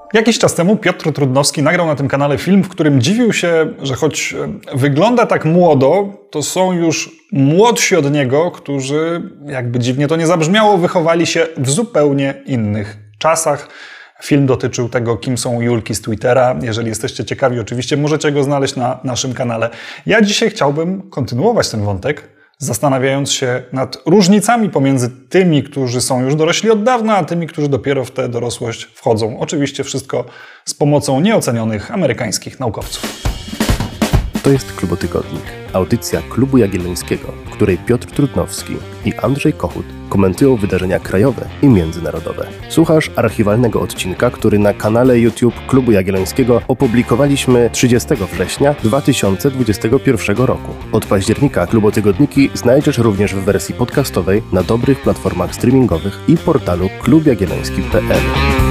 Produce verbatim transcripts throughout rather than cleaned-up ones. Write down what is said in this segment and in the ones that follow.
Jakiś czas temu Piotr Trudnowski nagrał na tym kanale film, w którym dziwił się, że choć wygląda tak młodo, to są już młodsi od niego, którzy, jakby dziwnie to nie zabrzmiało, wychowali się w zupełnie innych czasach. Film dotyczył tego, kim są Julki z Twittera. Jeżeli jesteście ciekawi, oczywiście możecie go znaleźć na naszym kanale. Ja dzisiaj chciałbym kontynuować ten wątek, zastanawiając się nad różnicami pomiędzy tymi, którzy są już dorośli od dawna, a tymi, którzy dopiero w tę dorosłość wchodzą. Oczywiście wszystko z pomocą nieocenionych amerykańskich naukowców. To jest Klubotygodnik, audycja Klubu Jagiellońskiego, w której Piotr Trudnowski i Andrzej Kochut komentują wydarzenia krajowe i międzynarodowe. Słuchasz archiwalnego odcinka, który na kanale YouTube Klubu Jagiellońskiego opublikowaliśmy trzydziestego września dwa tysiące dwudziestego pierwszego roku. Od października Klubotygodniki znajdziesz również w wersji podcastowej na dobrych platformach streamingowych i portalu klub jagielloński kropka p l.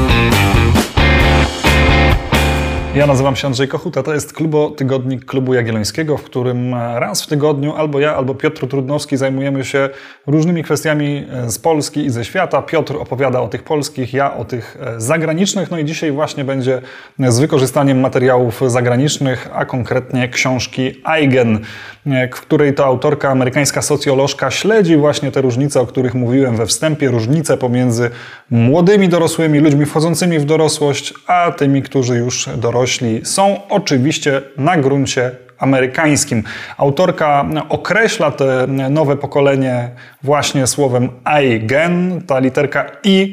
Ja nazywam się Andrzej Kochut, a to jest Klubotygodnik Klubu Jagiellońskiego, w którym raz w tygodniu albo ja, albo Piotr Trudnowski zajmujemy się różnymi kwestiami z Polski i ze świata. Piotr opowiada o tych polskich, ja o tych zagranicznych. No i dzisiaj właśnie będzie z wykorzystaniem materiałów zagranicznych, a konkretnie książki Eigen, w której to autorka, amerykańska socjolożka, śledzi właśnie te różnice, o których mówiłem we wstępie, różnice pomiędzy młodymi dorosłymi, ludźmi wchodzącymi w dorosłość, a tymi, którzy już dorośli są, oczywiście na gruncie amerykańskim. Autorka określa te nowe pokolenie właśnie słowem Eigen. Ta literka I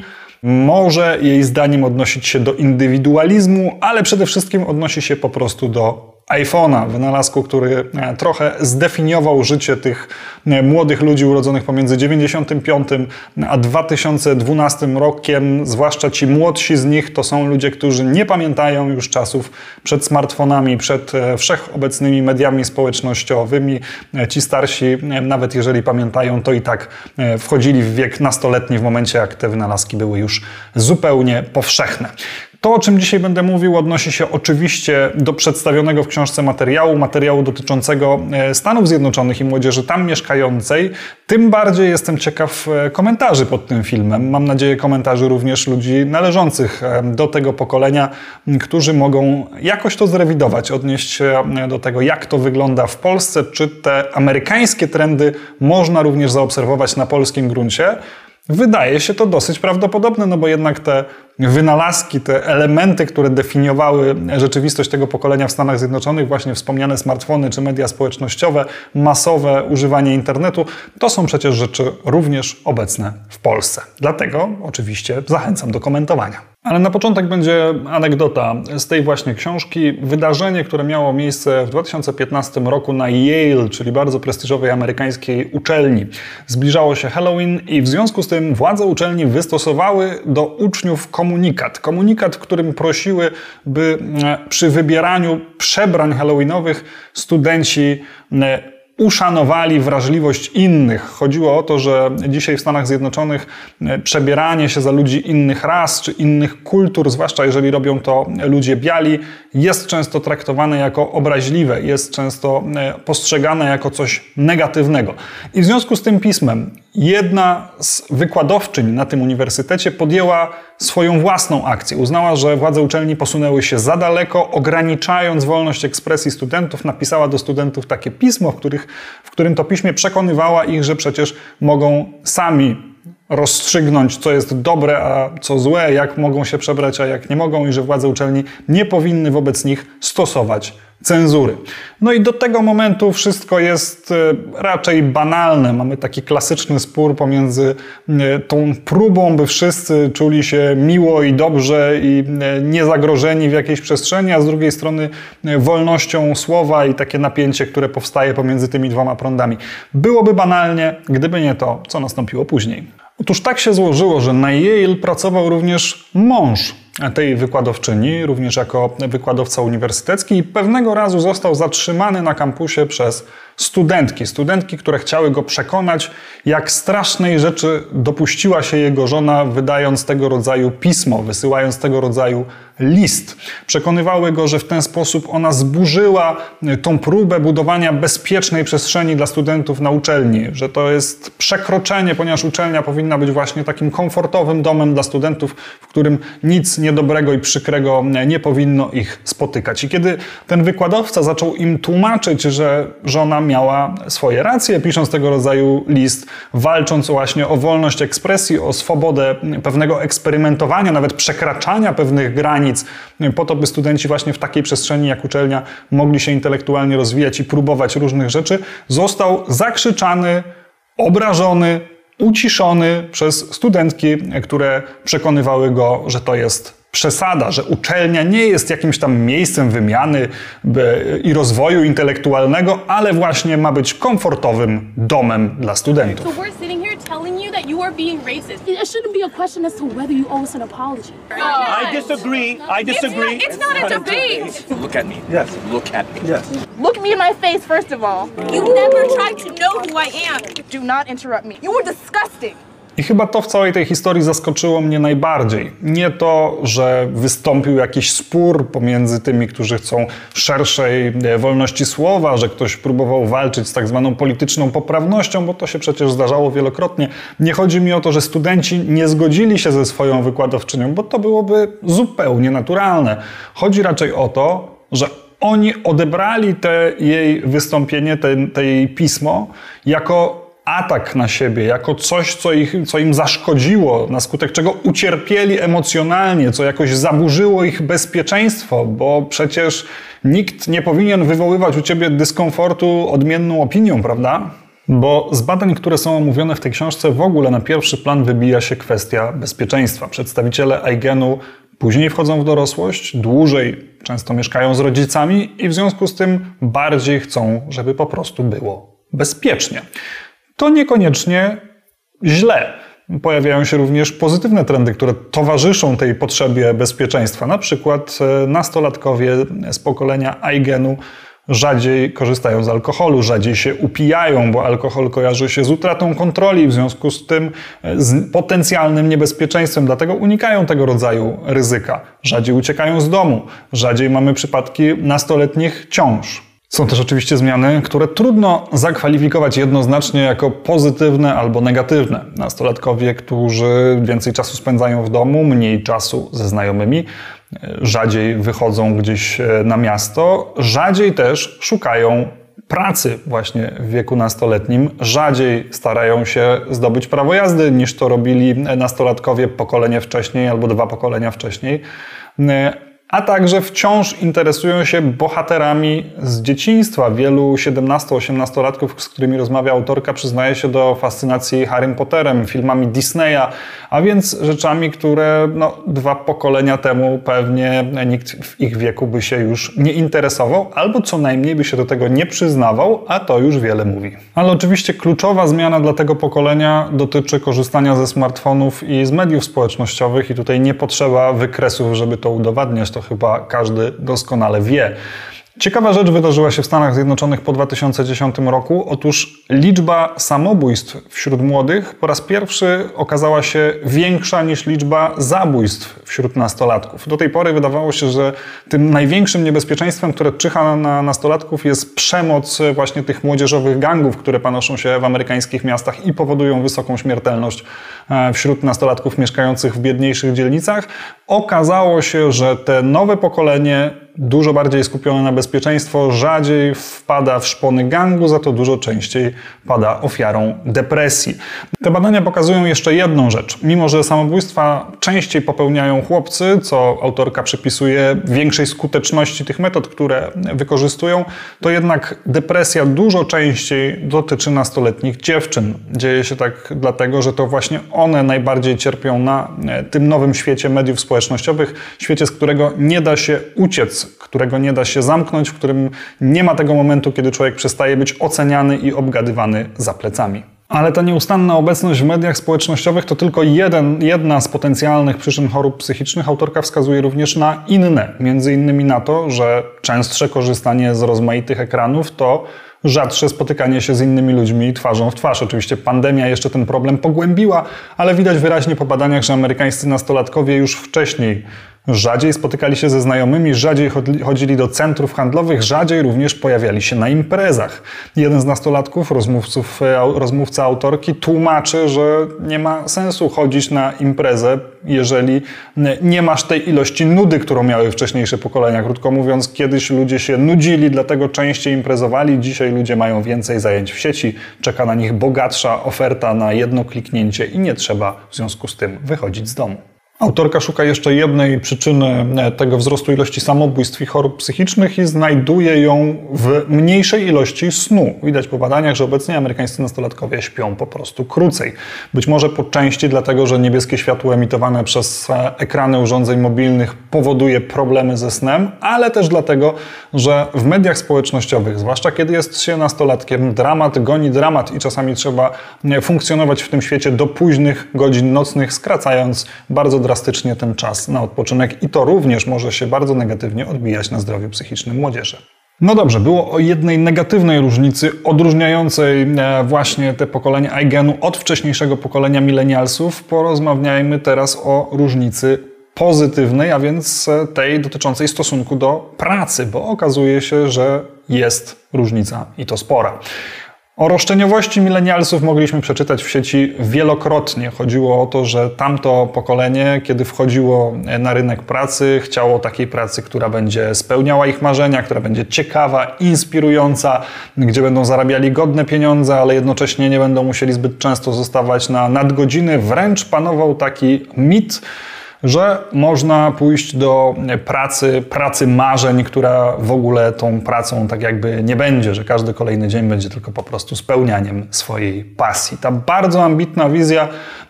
może jej zdaniem odnosić się do indywidualizmu, ale przede wszystkim odnosi się po prostu do iPhone'a, wynalazku, który trochę zdefiniował życie tych młodych ludzi urodzonych pomiędzy dziewięćdziesiątym piątym a dwa tysiące dwunastym rokiem. Zwłaszcza ci młodsi z nich to są ludzie, którzy nie pamiętają już czasów przed smartfonami, przed wszechobecnymi mediami społecznościowymi. Ci starsi, nawet jeżeli pamiętają, to i tak wchodzili w wiek nastoletni w momencie, jak te wynalazki były już zupełnie powszechne. To, o czym dzisiaj będę mówił, odnosi się oczywiście do przedstawionego w książce materiału, materiału dotyczącego Stanów Zjednoczonych i młodzieży tam mieszkającej. Tym bardziej jestem ciekaw komentarzy pod tym filmem. Mam nadzieję komentarzy również ludzi należących do tego pokolenia, którzy mogą jakoś to zrewidować, odnieść się do tego, jak to wygląda w Polsce, czy te amerykańskie trendy można również zaobserwować na polskim gruncie. Wydaje się to dosyć prawdopodobne, no bo jednak te wynalazki, te elementy, które definiowały rzeczywistość tego pokolenia w Stanach Zjednoczonych, właśnie wspomniane smartfony czy media społecznościowe, masowe używanie internetu, to są przecież rzeczy również obecne w Polsce. Dlatego oczywiście zachęcam do komentowania. Ale na początek będzie anegdota z tej właśnie książki. Wydarzenie, które miało miejsce w dwa tysiące piętnastym roku na Yale, czyli bardzo prestiżowej amerykańskiej uczelni. Zbliżało się Halloween i w związku z tym władze uczelni wystosowały do uczniów komunikat. Komunikat, w którym prosiły, by przy wybieraniu przebrań halloweenowych studenci uszanowali wrażliwość innych. Chodziło o to, że dzisiaj w Stanach Zjednoczonych przebieranie się za ludzi innych ras czy innych kultur, zwłaszcza jeżeli robią to ludzie biali, jest często traktowane jako obraźliwe, jest często postrzegane jako coś negatywnego. I w związku z tym pismem jedna z wykładowczyń na tym uniwersytecie podjęła swoją własną akcję. Uznała, że władze uczelni posunęły się za daleko, ograniczając wolność ekspresji studentów. Napisała do studentów takie pismo, w, których, w którym to piśmie przekonywała ich, że przecież mogą sami rozstrzygnąć, co jest dobre, a co złe, jak mogą się przebrać, a jak nie mogą i że władze uczelni nie powinny wobec nich stosować cenzury. No i do tego momentu wszystko jest raczej banalne. Mamy taki klasyczny spór pomiędzy tą próbą, by wszyscy czuli się miło i dobrze i niezagrożeni w jakiejś przestrzeni, a z drugiej strony wolnością słowa i takie napięcie, które powstaje pomiędzy tymi dwoma prądami. Byłoby banalnie, gdyby nie to, co nastąpiło później. Otóż tak się złożyło, że na Yale pracował również mąż tej wykładowczyni, również jako wykładowca uniwersytecki i pewnego razu został zatrzymany na kampusie przez studentki. Studentki, które chciały go przekonać, jak strasznej rzeczy dopuściła się jego żona, wydając tego rodzaju pismo, wysyłając tego rodzaju list. Przekonywały go, że w ten sposób ona zburzyła tą próbę budowania bezpiecznej przestrzeni dla studentów na uczelni, że to jest przekroczenie, ponieważ uczelnia powinna być właśnie takim komfortowym domem dla studentów, w którym nic niedobrego i przykrego nie powinno ich spotykać. I kiedy ten wykładowca zaczął im tłumaczyć, że żona miała swoje racje, pisząc tego rodzaju list, walcząc właśnie o wolność ekspresji, o swobodę pewnego eksperymentowania, nawet przekraczania pewnych granic, po to, by studenci właśnie w takiej przestrzeni jak uczelnia mogli się intelektualnie rozwijać i próbować różnych rzeczy, został zakrzyczany, obrażony, uciszony przez studentki, które przekonywały go, że to jest przesada, że uczelnia nie jest jakimś tam miejscem wymiany i rozwoju intelektualnego, ale właśnie ma być komfortowym domem dla studentów. So we're sitting here telling you that you are being racist. It shouldn't be a question as to whether you owe us an apology. I disagree. I disagree. It's not, it's not a debate. Look at me. Yes. Look at me. Yes. Look me in my face, first of all. You never tried to know who I am. Do not interrupt me. You were disgusting. I chyba to w całej tej historii zaskoczyło mnie najbardziej. Nie to, że wystąpił jakiś spór pomiędzy tymi, którzy chcą szerszej wolności słowa, że ktoś próbował walczyć z tak zwaną polityczną poprawnością, bo to się przecież zdarzało wielokrotnie. Nie chodzi mi o to, że studenci nie zgodzili się ze swoją wykładowczynią, bo to byłoby zupełnie naturalne. Chodzi raczej o to, że oni odebrali te jej wystąpienie, te, te jej pismo jako atak na siebie, jako coś, co, ich, co im zaszkodziło, na skutek czego ucierpieli emocjonalnie, co jakoś zaburzyło ich bezpieczeństwo, bo przecież nikt nie powinien wywoływać u ciebie dyskomfortu odmienną opinią, prawda? Bo z badań, które są omówione w tej książce, w ogóle na pierwszy plan wybija się kwestia bezpieczeństwa. Przedstawiciele Aigenu później wchodzą w dorosłość, dłużej często mieszkają z rodzicami i w związku z tym bardziej chcą, żeby po prostu było bezpiecznie. To niekoniecznie źle. Pojawiają się również pozytywne trendy, które towarzyszą tej potrzebie bezpieczeństwa. Na przykład nastolatkowie z pokolenia Aigenu rzadziej korzystają z alkoholu, rzadziej się upijają, bo alkohol kojarzy się z utratą kontroli, w związku z tym z potencjalnym niebezpieczeństwem, dlatego unikają tego rodzaju ryzyka. Rzadziej uciekają z domu, rzadziej mamy przypadki nastoletnich ciąż. Są też oczywiście zmiany, które trudno zakwalifikować jednoznacznie jako pozytywne albo negatywne. Nastolatkowie, którzy więcej czasu spędzają w domu, mniej czasu ze znajomymi, rzadziej wychodzą gdzieś na miasto, rzadziej też szukają pracy właśnie w wieku nastoletnim, rzadziej starają się zdobyć prawo jazdy niż to robili nastolatkowie pokolenie wcześniej albo dwa pokolenia wcześniej. A także wciąż interesują się bohaterami z dzieciństwa. Wielu siedemnasto-osiemnastolatków, z którymi rozmawia autorka, przyznaje się do fascynacji Harrym Potterem, filmami Disneya, a więc rzeczami, które no, dwa pokolenia temu pewnie nikt w ich wieku by się już nie interesował, albo co najmniej by się do tego nie przyznawał, a to już wiele mówi. Ale oczywiście kluczowa zmiana dla tego pokolenia dotyczy korzystania ze smartfonów i z mediów społecznościowych i tutaj nie potrzeba wykresów, żeby to udowadniać. To chyba każdy doskonale wie. Ciekawa rzecz wydarzyła się w Stanach Zjednoczonych po dwa tysiące dziesiątym roku. Otóż liczba samobójstw wśród młodych po raz pierwszy okazała się większa niż liczba zabójstw wśród nastolatków. Do tej pory wydawało się, że tym największym niebezpieczeństwem, które czyha na nastolatków, jest przemoc właśnie tych młodzieżowych gangów, które panoszą się w amerykańskich miastach i powodują wysoką śmiertelność wśród nastolatków mieszkających w biedniejszych dzielnicach. Okazało się, że te nowe pokolenie dużo bardziej skupione na bezpieczeństwo, rzadziej wpada w szpony gangu, za to dużo częściej pada ofiarą depresji. Te badania pokazują jeszcze jedną rzecz. Mimo że samobójstwa częściej popełniają chłopcy, co autorka przypisuje większej skuteczności tych metod, które wykorzystują, to jednak depresja dużo częściej dotyczy nastoletnich dziewczyn. Dzieje się tak dlatego, że to właśnie one najbardziej cierpią na tym nowym świecie mediów społecznościowych, świecie, z którego nie da się uciec, którego nie da się zamknąć, w którym nie ma tego momentu, kiedy człowiek przestaje być oceniany i obgadywany za plecami. Ale ta nieustanna obecność w mediach społecznościowych to tylko jeden, jedna z potencjalnych przyczyn chorób psychicznych. Autorka wskazuje również na inne, między innymi na to, że częstsze korzystanie z rozmaitych ekranów to rzadsze spotykanie się z innymi ludźmi twarzą w twarz. Oczywiście pandemia jeszcze ten problem pogłębiła, ale widać wyraźnie po badaniach, że amerykańscy nastolatkowie już wcześniej Rzadziej spotykali się ze znajomymi, rzadziej chodzili do centrów handlowych, rzadziej również pojawiali się na imprezach. Jeden z nastolatków, rozmówców, rozmówca autorki, tłumaczy, że nie ma sensu chodzić na imprezę, jeżeli nie masz tej ilości nudy, którą miały wcześniejsze pokolenia. Krótko mówiąc, kiedyś ludzie się nudzili, dlatego częściej imprezowali. Dzisiaj ludzie mają więcej zajęć w sieci, czeka na nich bogatsza oferta na jedno kliknięcie i nie trzeba w związku z tym wychodzić z domu. Autorka szuka jeszcze jednej przyczyny tego wzrostu ilości samobójstw i chorób psychicznych i znajduje ją w mniejszej ilości snu. Widać po badaniach, że obecnie amerykańscy nastolatkowie śpią po prostu krócej. Być może po części dlatego, że niebieskie światło emitowane przez ekrany urządzeń mobilnych powoduje problemy ze snem, ale też dlatego, że w mediach społecznościowych, zwłaszcza kiedy jest się nastolatkiem, dramat goni dramat i czasami trzeba funkcjonować w tym świecie do późnych godzin nocnych, skracając bardzo drastycznie ten czas na odpoczynek i to również może się bardzo negatywnie odbijać na zdrowiu psychicznym młodzieży. No dobrze, było o jednej negatywnej różnicy odróżniającej właśnie te pokolenie iGenu od wcześniejszego pokolenia millennialsów. Porozmawiajmy teraz o różnicy pozytywnej, a więc tej dotyczącej stosunku do pracy, bo okazuje się, że jest różnica i to spora. O roszczeniowości milenialsów mogliśmy przeczytać w sieci wielokrotnie. Chodziło o to, że tamto pokolenie, kiedy wchodziło na rynek pracy, chciało takiej pracy, która będzie spełniała ich marzenia, która będzie ciekawa, inspirująca, gdzie będą zarabiali godne pieniądze, ale jednocześnie nie będą musieli zbyt często zostawać na nadgodziny. Wręcz panował taki mit, że można pójść do pracy, pracy marzeń, która w ogóle tą pracą tak jakby nie będzie, że każdy kolejny dzień będzie tylko po prostu spełnianiem swojej pasji. Ta bardzo ambitna wizja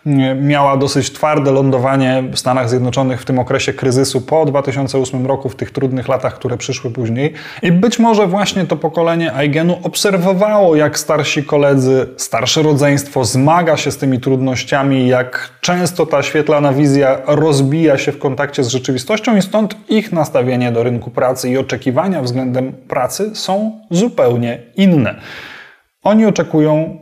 miała dosyć twarde lądowanie w Stanach Zjednoczonych w tym okresie kryzysu po dwa tysiące ósmym roku, w tych trudnych latach, które przyszły później. I być może właśnie to pokolenie iGenu obserwowało, jak starsi koledzy, starsze rodzeństwo zmaga się z tymi trudnościami, jak często ta świetlana wizja rozbija się w kontakcie z rzeczywistością i stąd ich nastawienie do rynku pracy i oczekiwania względem pracy są zupełnie inne. Oni oczekują,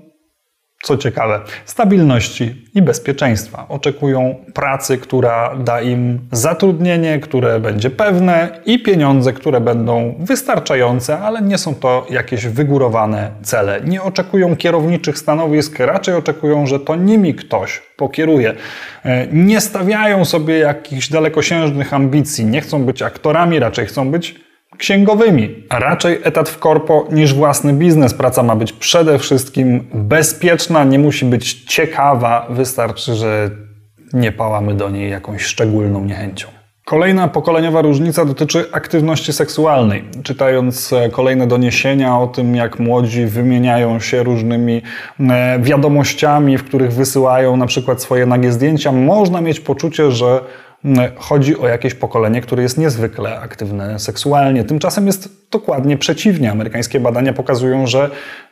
co ciekawe, stabilności i bezpieczeństwa. Oczekują pracy, która da im zatrudnienie, które będzie pewne i pieniądze, które będą wystarczające, ale nie są to jakieś wygórowane cele. Nie oczekują kierowniczych stanowisk, raczej oczekują, że to nimi ktoś pokieruje. Nie stawiają sobie jakichś dalekosiężnych ambicji, nie chcą być aktorami, raczej chcą być księgowymi. A raczej etat w korpo niż własny biznes. Praca ma być przede wszystkim bezpieczna, nie musi być ciekawa, wystarczy, że nie pałamy do niej jakąś szczególną niechęcią. Kolejna pokoleniowa różnica dotyczy aktywności seksualnej. Czytając kolejne doniesienia o tym, jak młodzi wymieniają się różnymi wiadomościami, w których wysyłają na przykład swoje nagie zdjęcia, można mieć poczucie, że chodzi o jakieś pokolenie, które jest niezwykle aktywne seksualnie. Tymczasem jest dokładnie przeciwnie. Amerykańskie badania pokazują, że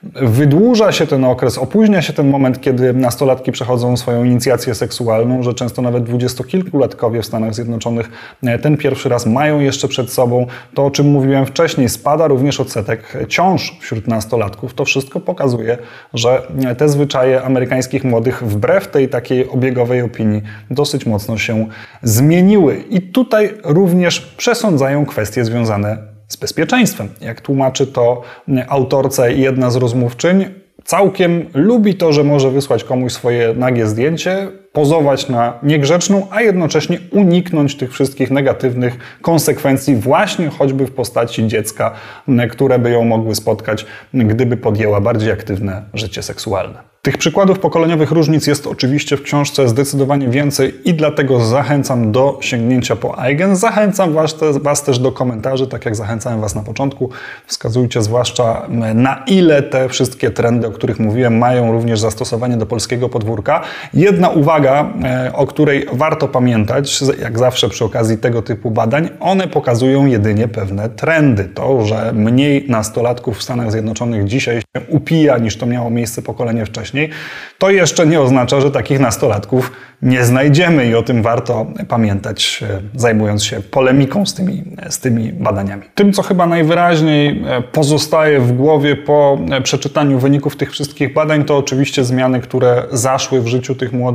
wydłuża się ten okres, opóźnia się ten moment, kiedy nastolatki przechodzą swoją inicjację seksualną, że często nawet dwudziestokilkulatkowie w Stanach Zjednoczonych ten pierwszy raz mają jeszcze przed sobą. To, o czym mówiłem wcześniej, spada również odsetek ciąż wśród nastolatków. To wszystko pokazuje, że te zwyczaje amerykańskich młodych, wbrew tej takiej obiegowej opinii, dosyć mocno się zmieniły. I tutaj również przesądzają kwestie związane z bezpieczeństwem. Jak tłumaczy to autorce jedna z rozmówczyń, całkiem lubi to, że może wysłać komuś swoje nagie zdjęcie, pozować na niegrzeczną, a jednocześnie uniknąć tych wszystkich negatywnych konsekwencji właśnie choćby w postaci dziecka, które by ją mogły spotkać, gdyby podjęła bardziej aktywne życie seksualne. Tych przykładów pokoleniowych różnic jest oczywiście w książce zdecydowanie więcej i dlatego zachęcam do sięgnięcia po iGen. Zachęcam was, te, was też do komentarzy, tak jak zachęcałem was na początku. Wskazujcie zwłaszcza, na ile te wszystkie trendy, o których mówiłem, mają również zastosowanie do polskiego podwórka. Jedna uwaga, o której warto pamiętać, jak zawsze przy okazji tego typu badań, one pokazują jedynie pewne trendy. To, że mniej nastolatków w Stanach Zjednoczonych dzisiaj się upija, niż to miało miejsce pokolenie wcześniej, to jeszcze nie oznacza, że takich nastolatków nie znajdziemy i o tym warto pamiętać, zajmując się polemiką z tymi, z tymi badaniami. Tym, co chyba najwyraźniej pozostaje w głowie po przeczytaniu wyników tych wszystkich badań, to oczywiście zmiany, które zaszły w życiu tych młodych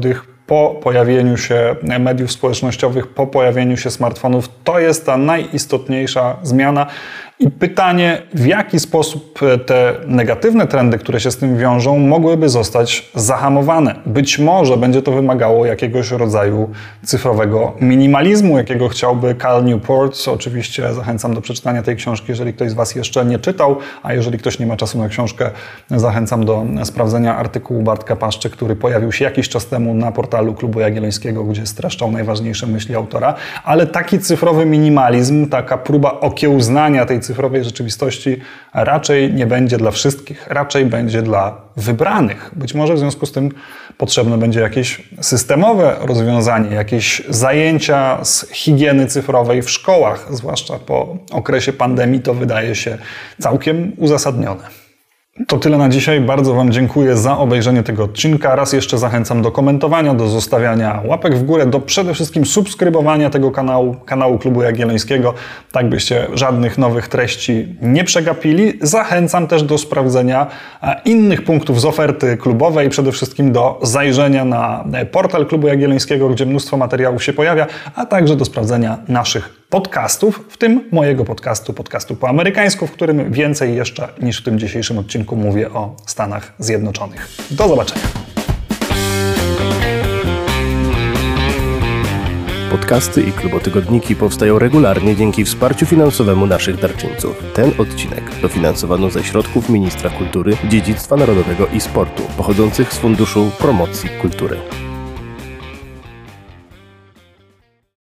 po pojawieniu się mediów społecznościowych, po pojawieniu się smartfonów. To jest ta najistotniejsza zmiana. I pytanie, w jaki sposób te negatywne trendy, które się z tym wiążą, mogłyby zostać zahamowane. Być może będzie to wymagało jakiegoś rodzaju cyfrowego minimalizmu, jakiego chciałby Cal Newport. Oczywiście zachęcam do przeczytania tej książki, jeżeli ktoś z Was jeszcze nie czytał, a jeżeli ktoś nie ma czasu na książkę, zachęcam do sprawdzenia artykułu Bartka Paszczy, który pojawił się jakiś czas temu na portalu Klubu Jagiellońskiego, gdzie streszczał najważniejsze myśli autora. Ale taki cyfrowy minimalizm, taka próba okiełznania tej cyfrowej rzeczywistości raczej nie będzie dla wszystkich, raczej będzie dla wybranych. Być może w związku z tym potrzebne będzie jakieś systemowe rozwiązanie, jakieś zajęcia z higieny cyfrowej w szkołach, zwłaszcza po okresie pandemii, to wydaje się całkiem uzasadnione. To tyle na dzisiaj. Bardzo Wam dziękuję za obejrzenie tego odcinka. Raz jeszcze zachęcam do komentowania, do zostawiania łapek w górę, do przede wszystkim subskrybowania tego kanału, kanału Klubu Jagiellońskiego, tak byście żadnych nowych treści nie przegapili. Zachęcam też do sprawdzenia innych punktów z oferty klubowej, przede wszystkim do zajrzenia na portal Klubu Jagiellońskiego, gdzie mnóstwo materiałów się pojawia, a także do sprawdzenia naszych podcastów, w tym mojego podcastu, podcastu po amerykańsku, w którym więcej jeszcze niż w tym dzisiejszym odcinku mówię o Stanach Zjednoczonych. Do zobaczenia. Podcasty i klubotygodniki powstają regularnie dzięki wsparciu finansowemu naszych darczyńców. Ten odcinek dofinansowano ze środków Ministra Kultury, Dziedzictwa Narodowego i Sportu, pochodzących z Funduszu Promocji Kultury.